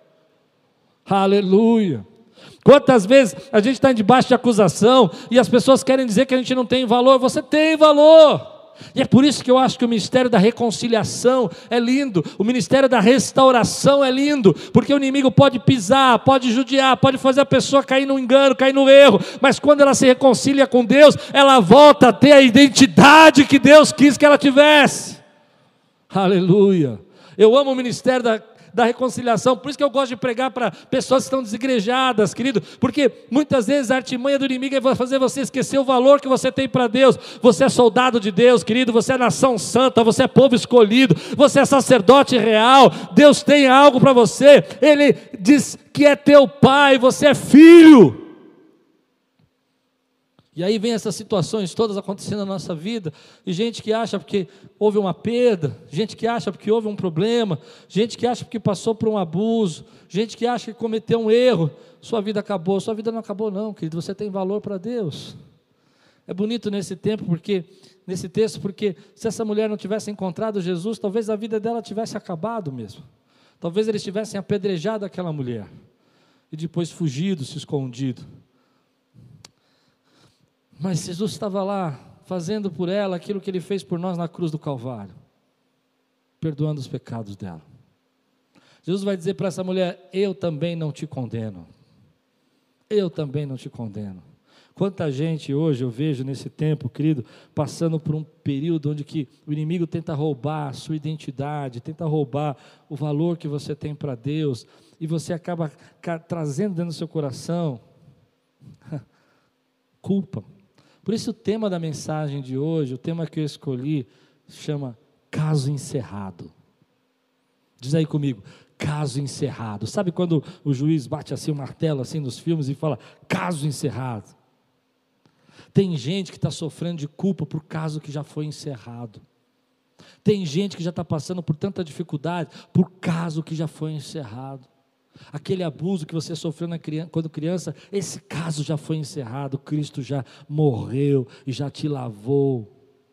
Aleluia. Quantas vezes a gente está debaixo de acusação e as pessoas querem dizer que a gente não tem valor? Você tem valor. E é por isso que eu acho que o ministério da reconciliação é lindo, o ministério da restauração é lindo, porque o inimigo pode pisar, pode judiar, pode fazer a pessoa cair no engano, cair no erro, mas quando ela se reconcilia com Deus, ela volta a ter a identidade que Deus quis que ela tivesse. Aleluia. Eu amo o ministério da da reconciliação, por isso que eu gosto de pregar para pessoas que estão desigrejadas, querido, porque muitas vezes a artimanha do inimigo é fazer você esquecer o valor que você tem para Deus. Você é soldado de Deus, querido, você é nação santa, você é povo escolhido, você é sacerdote real, Deus tem algo para você, Ele diz que é teu pai, você é filho. E aí vem essas situações todas acontecendo na nossa vida, e gente que acha porque houve uma perda, gente que acha porque houve um problema, gente que acha porque passou por um abuso, gente que acha que cometeu um erro, sua vida acabou. Sua vida não acabou não, querido, você tem valor para Deus. É bonito nesse tempo, porque, nesse texto, porque se essa mulher não tivesse encontrado Jesus, talvez a vida dela tivesse acabado mesmo, talvez eles tivessem apedrejado aquela mulher, e depois fugido, se escondido. Mas Jesus estava lá, fazendo por ela aquilo que Ele fez por nós na cruz do Calvário, perdoando os pecados dela. Jesus vai dizer para essa mulher: eu também não te condeno, eu também não te condeno. Quanta gente hoje eu vejo nesse tempo, querido, passando por um período onde que o inimigo tenta roubar a sua identidade, tenta roubar o valor que você tem para Deus, e você acaba trazendo dentro do seu coração culpa. Por isso o tema da mensagem de hoje, o tema que eu escolhi, chama caso encerrado. Diz aí comigo, caso encerrado. Sabe quando o juiz bate assim o martelo assim nos filmes e fala, caso encerrado? Tem gente que está sofrendo de culpa por caso que já foi encerrado. Tem gente que já está passando por tanta dificuldade por caso que já foi encerrado. Aquele abuso que você sofreu na criança, quando criança, esse caso já foi encerrado, Cristo já morreu e já te lavou.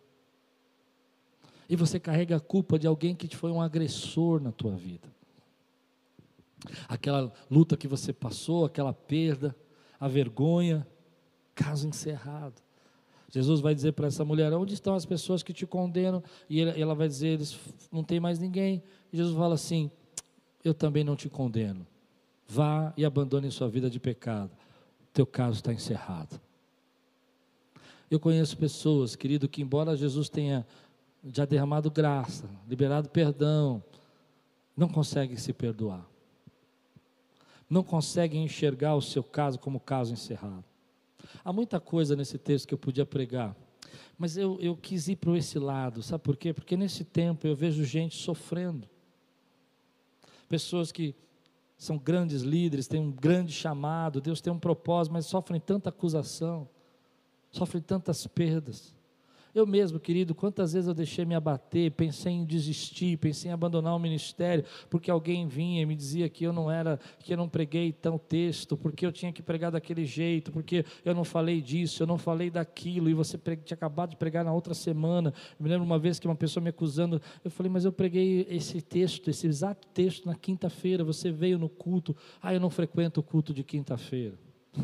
E você carrega a culpa de alguém que foi um agressor na tua vida. Aquela luta que você passou, aquela perda, a vergonha, caso encerrado. Jesus vai dizer para essa mulher, onde estão as pessoas que te condenam? E ela vai dizer, eles não tem mais ninguém. E Jesus fala assim, eu também não te condeno. Vá e abandone sua vida de pecado. Teu caso está encerrado. Eu conheço pessoas, querido, que embora Jesus tenha já derramado graça, liberado perdão, não conseguem se perdoar. Não conseguem enxergar o seu caso como caso encerrado. Há muita coisa nesse texto que eu podia pregar, mas eu, eu quis ir para esse lado, sabe por quê? Porque nesse tempo eu vejo gente sofrendo. Pessoas que são grandes líderes, têm um grande chamado, Deus tem um propósito, mas sofrem tanta acusação, sofrem tantas perdas. Eu mesmo, querido, quantas vezes eu deixei me abater, pensei em desistir, pensei em abandonar o ministério, porque alguém vinha e me dizia que eu não era, que eu não preguei tão texto, porque eu tinha que pregar daquele jeito, porque eu não falei disso, eu não falei daquilo, e você tinha acabado de pregar na outra semana. Eu me lembro uma vez que uma pessoa me acusando, eu falei, mas eu preguei esse texto, esse exato texto na quinta-feira, você veio no culto, ah, eu não frequento o culto de quinta-feira.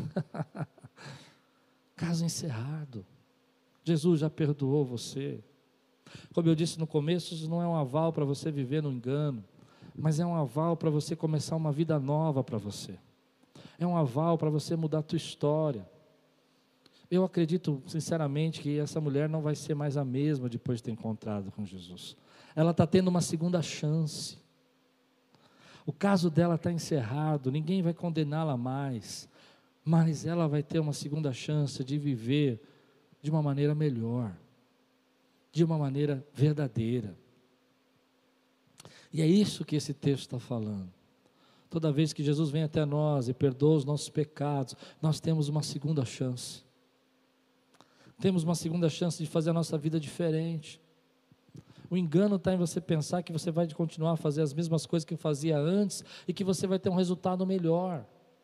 Caso encerrado. Jesus já perdoou você. Como eu disse no começo, isso não é um aval para você viver no engano, mas é um aval para você começar uma vida nova para você. É um aval para você mudar a tua história. Eu acredito sinceramente que essa mulher não vai ser mais a mesma depois de ter encontrado com Jesus. Ela está tendo uma segunda chance. O caso dela está encerrado, ninguém vai condená-la mais, mas ela vai ter uma segunda chance de viver de uma maneira melhor, de uma maneira verdadeira. E é isso que esse texto está falando. Toda vez que Jesus vem até nós e perdoa os nossos pecados, nós temos uma segunda chance. Temos uma segunda chance de fazer a nossa vida diferente. O engano está em você pensar que você vai continuar a fazer as mesmas coisas que fazia antes e que você vai ter um resultado melhor.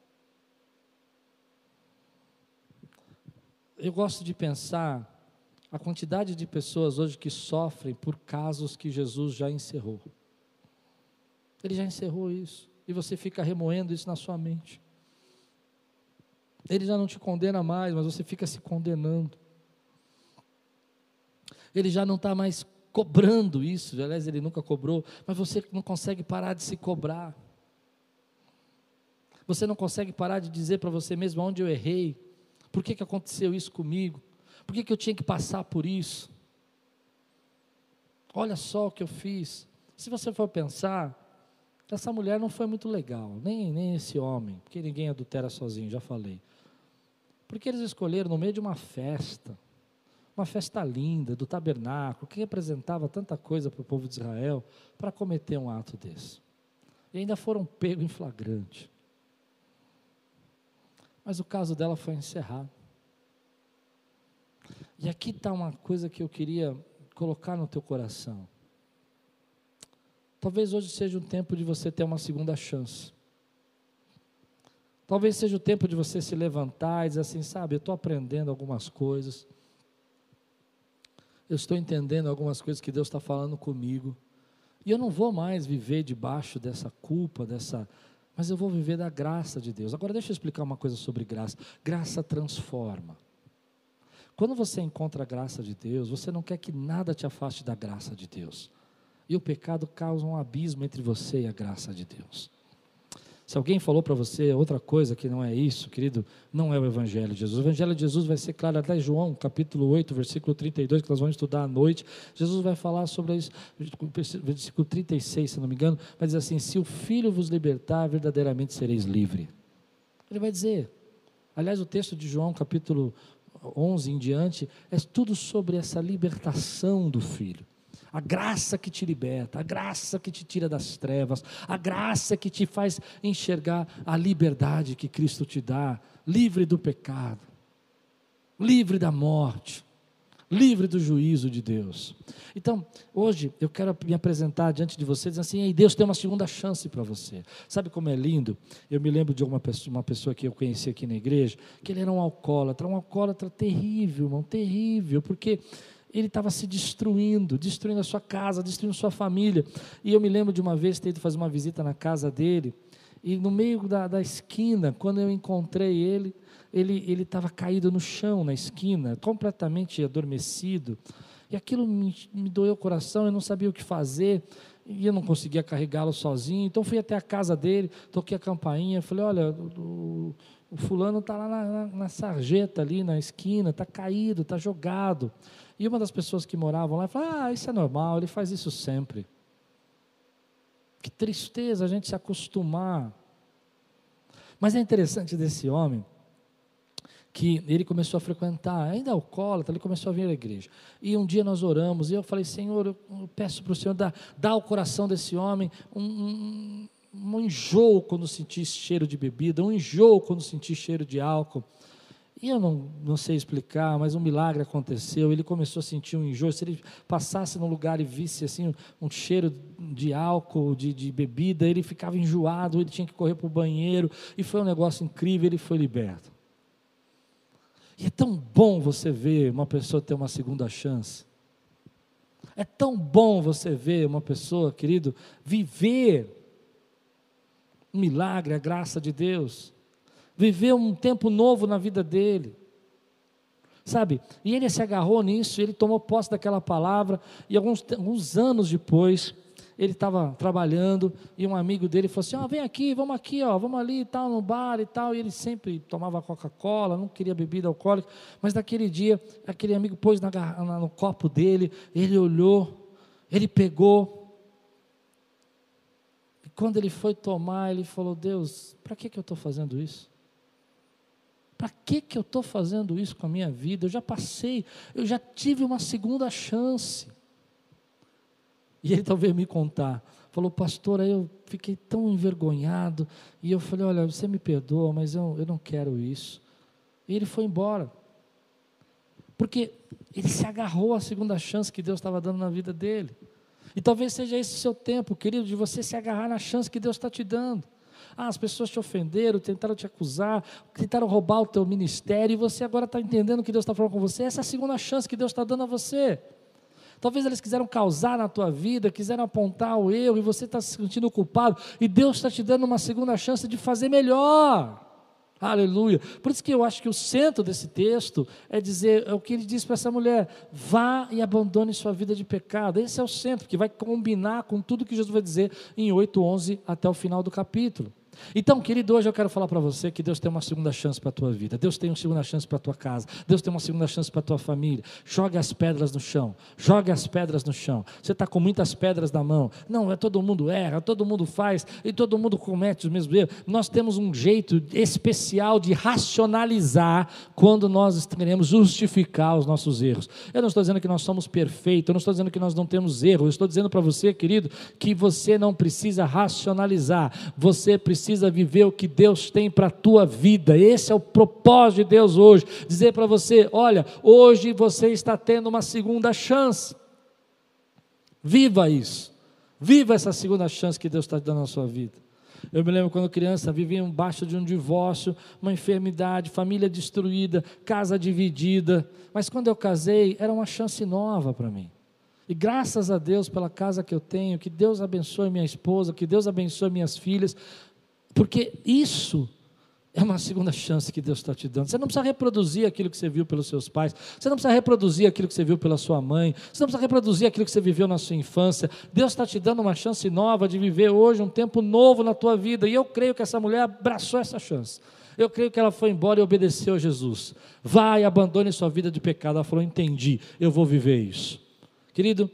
Eu gosto de pensar a quantidade de pessoas hoje que sofrem por casos que Jesus já encerrou. Ele já encerrou isso, e você fica remoendo isso na sua mente. Ele já não te condena mais, mas você fica se condenando. Ele já não está mais cobrando isso, aliás, ele nunca cobrou, mas você não consegue parar de se cobrar. Você não consegue parar de dizer para você mesmo onde eu errei, por que, que aconteceu isso comigo, por que, que eu tinha que passar por isso. Olha só o que eu fiz. Se você for pensar, essa mulher não foi muito legal, nem, nem esse homem, porque ninguém adultera sozinho, já falei. Porque eles escolheram no meio de uma festa, uma festa linda, do tabernáculo, que representava tanta coisa para o povo de Israel, para cometer um ato desse. E ainda foram pegos em flagrante. Mas o caso dela foi encerrado. E aqui está uma coisa que eu queria colocar no teu coração. Talvez hoje seja um tempo de você ter uma segunda chance. Talvez seja o tempo de você se levantar e dizer assim, sabe, eu estou aprendendo algumas coisas. Eu estou entendendo algumas coisas que Deus está falando comigo. E eu não vou mais viver debaixo dessa culpa, dessa... mas eu vou viver da graça de Deus. Agora deixa eu explicar uma coisa sobre graça. Graça transforma. Quando você encontra a graça de Deus, você não quer que nada te afaste da graça de Deus. E o pecado causa um abismo entre você e a graça de Deus. Se alguém falou para você outra coisa que não é isso, querido, não é o Evangelho de Jesus. O Evangelho de Jesus vai ser claro até João, capítulo oito, versículo trinta e dois, que nós vamos estudar à noite. Jesus vai falar sobre isso, versículo trinta e seis, se não me engano, vai dizer assim, se o Filho vos libertar, verdadeiramente sereis livres. Ele vai dizer, aliás o texto de João, capítulo onze em diante, é tudo sobre essa libertação do Filho. A graça que te liberta, a graça que te tira das trevas, a graça que te faz enxergar a liberdade que Cristo te dá, livre do pecado, livre da morte, livre do juízo de Deus. Então, hoje eu quero me apresentar diante de vocês, dizendo assim, Deus tem uma segunda chance para você. Sabe como é lindo? Eu me lembro de uma pessoa, uma pessoa que eu conheci aqui na igreja, que ele era um alcoólatra, um alcoólatra terrível, irmão, terrível, porque... ele estava se destruindo, destruindo a sua casa, destruindo a sua família. E eu me lembro de uma vez ter ido fazer uma visita na casa dele, e no meio da, da esquina, quando eu encontrei ele, ele estava caído no chão, na esquina, completamente adormecido, e aquilo me, me doeu o coração, eu não sabia o que fazer, e eu não conseguia carregá-lo sozinho, então fui até a casa dele, toquei a campainha, falei, olha, o, o fulano está lá na, na, na sarjeta ali, na esquina, está caído, está jogado. E uma das pessoas que moravam lá falou, ah, isso é normal, ele faz isso sempre. Que tristeza a gente se acostumar. Mas é interessante desse homem, que ele começou a frequentar, ainda alcoólatra, ele começou a vir à igreja. E um dia nós oramos, e eu falei, Senhor, eu, eu peço para o Senhor, dar, dar ao coração desse homem um, um, um enjoo quando sentir cheiro de bebida, um enjoo quando sentir cheiro de álcool. E eu não, não sei explicar, mas um milagre aconteceu, ele começou a sentir um enjoo, se ele passasse num lugar e visse assim, um cheiro de álcool, de, de bebida, ele ficava enjoado, ele tinha que correr para o banheiro, e foi um negócio incrível, ele foi liberto. E é tão bom você ver uma pessoa ter uma segunda chance, é tão bom você ver uma pessoa, querido, viver um milagre, a graça de Deus, viver um tempo novo na vida dele, sabe, e ele se agarrou nisso, ele tomou posse daquela palavra, e alguns, alguns anos depois, ele estava trabalhando, e um amigo dele falou assim, ó, vem aqui, vamos aqui, ó, vamos ali e tal, no bar e tal, e ele sempre tomava Coca-Cola, não queria bebida alcoólica, mas naquele dia, aquele amigo pôs na, na, no copo dele, ele olhou, ele pegou, e quando ele foi tomar, ele falou, Deus, para que que eu estou fazendo isso? Para que que eu estou fazendo isso com a minha vida? Eu já passei, eu já tive uma segunda chance. E ele talvez me contar, falou, pastor, aí eu fiquei tão envergonhado, e eu falei, olha, você me perdoa, mas eu, eu não quero isso. E ele foi embora, porque ele se agarrou à segunda chance que Deus estava dando na vida dele. E talvez seja esse o seu tempo, querido, de você se agarrar na chance que Deus está te dando. Ah, as pessoas te ofenderam, tentaram te acusar, tentaram roubar o teu ministério, e você agora está entendendo que Deus está falando com você. Essa é a segunda chance que Deus está dando a você. Talvez eles quiseram causar na tua vida, quiseram apontar o erro, e você está se sentindo culpado, e Deus está te dando uma segunda chance de fazer melhor. Aleluia. Por isso que eu acho que o centro desse texto é dizer, é o que ele diz para essa mulher: vá e abandone sua vida de pecado. Esse é o centro, que vai combinar com tudo que Jesus vai dizer em oito, onze até o final do capítulo. Então, querido, hoje eu quero falar para você que Deus tem uma segunda chance para a tua vida, Deus tem uma segunda chance para a tua casa, Deus tem uma segunda chance para a tua família. Jogue as pedras no chão, jogue as pedras no chão. Você está com muitas pedras na mão. Não, é todo mundo erra, todo mundo faz e todo mundo comete os mesmos erros. Nós temos um jeito especial de racionalizar quando nós queremos justificar os nossos erros. Eu não estou dizendo que nós somos perfeitos, eu não estou dizendo que nós não temos erros, eu estou dizendo para você, querido, que você não precisa racionalizar, você precisa precisa viver o que Deus tem para a tua vida. Esse é o propósito de Deus hoje, dizer para você: olha, hoje você está tendo uma segunda chance, viva isso, viva essa segunda chance que Deus está dando na sua vida. Eu me lembro quando criança, vivia embaixo de um divórcio, uma enfermidade, família destruída, casa dividida, mas quando eu casei, era uma chance nova para mim. E graças a Deus pela casa que eu tenho, que Deus abençoe minha esposa, que Deus abençoe minhas filhas, porque isso é uma segunda chance que Deus está te dando. Você não precisa reproduzir aquilo que você viu pelos seus pais, você não precisa reproduzir aquilo que você viu pela sua mãe, você não precisa reproduzir aquilo que você viveu na sua infância. Deus está te dando uma chance nova de viver hoje um tempo novo na tua vida, e eu creio que essa mulher abraçou essa chance. Eu creio que ela foi embora e obedeceu a Jesus. Vai, abandone sua vida de pecado. Ela falou: entendi, eu vou viver isso. Querido,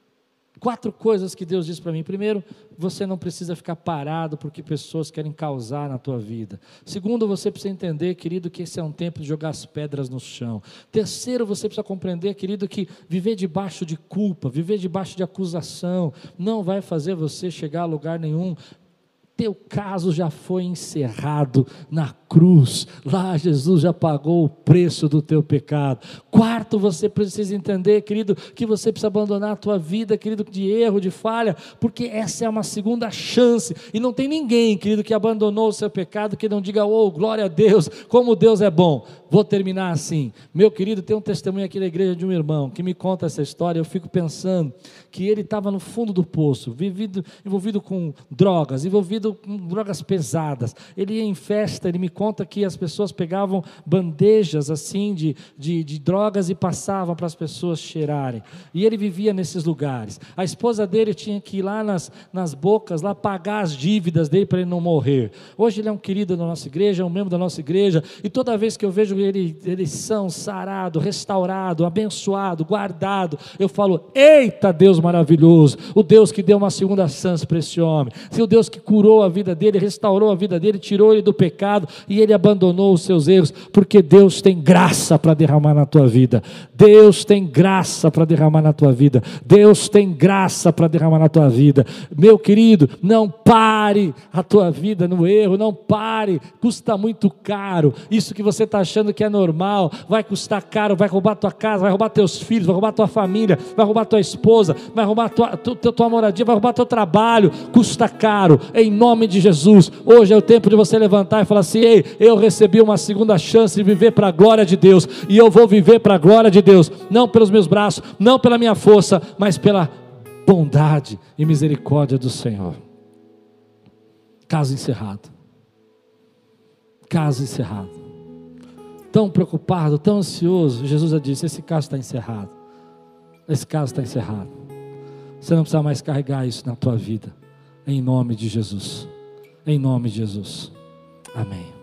quatro coisas que Deus diz para mim. Primeiro, você não precisa ficar parado porque pessoas querem causar na tua vida. Segundo, você precisa entender, querido, que esse é um tempo de jogar as pedras no chão. Terceiro, você precisa compreender, querido, que viver debaixo de culpa, viver debaixo de acusação, não vai fazer você chegar a lugar nenhum. Teu caso já foi encerrado na cruz, lá Jesus já pagou o preço do teu pecado. Quarto, você precisa entender, querido, que você precisa abandonar a tua vida, querido, de erro, de falha, porque essa é uma segunda chance, e não tem ninguém, querido, que abandonou o seu pecado, que não diga: oh, glória a Deus, como Deus é bom. Vou terminar assim, meu querido, tem um testemunho aqui da igreja de um irmão, que me conta essa história. Eu fico pensando que ele estava no fundo do poço, vivido, envolvido com drogas, envolvido com drogas pesadas. Ele ia em festa, ele me conta que as pessoas pegavam bandejas assim de, de, de drogas e passavam para as pessoas cheirarem, e ele vivia nesses lugares. A esposa dele tinha que ir lá nas, nas bocas, lá pagar as dívidas dele para ele não morrer. Hoje ele é um querido da nossa igreja, é um membro da nossa igreja, e toda vez que eu vejo ele, ele são, sarado, restaurado, abençoado, guardado, eu falo: eita Deus maravilhoso, o Deus que deu uma segunda chance para esse homem, o Deus que curou a vida dele, restaurou a vida dele, tirou ele do pecado, e ele abandonou os seus erros, porque Deus tem graça para derramar na tua vida. Deus tem graça para derramar na tua vida. Deus tem graça para derramar na tua vida. Meu querido, não pare a tua vida no erro, não pare, custa muito caro. Isso que você está achando que é normal, vai custar caro, vai roubar tua casa, vai roubar teus filhos, vai roubar tua família, vai roubar tua esposa, vai roubar tua, tua, tua moradia, vai roubar teu trabalho, custa caro, em nome de Jesus. Hoje é o tempo de você levantar e falar assim: ei, eu recebi uma segunda chance de viver para a glória de Deus, e eu vou viver para a glória de Deus, não pelos meus braços, não pela minha força, mas pela bondade e misericórdia do Senhor. Caso encerrado, caso encerrado, tão preocupado, tão ansioso, Jesus já disse: esse caso está encerrado, esse caso está encerrado, você não precisa mais carregar isso na tua vida, em nome de Jesus, em nome de Jesus, amém.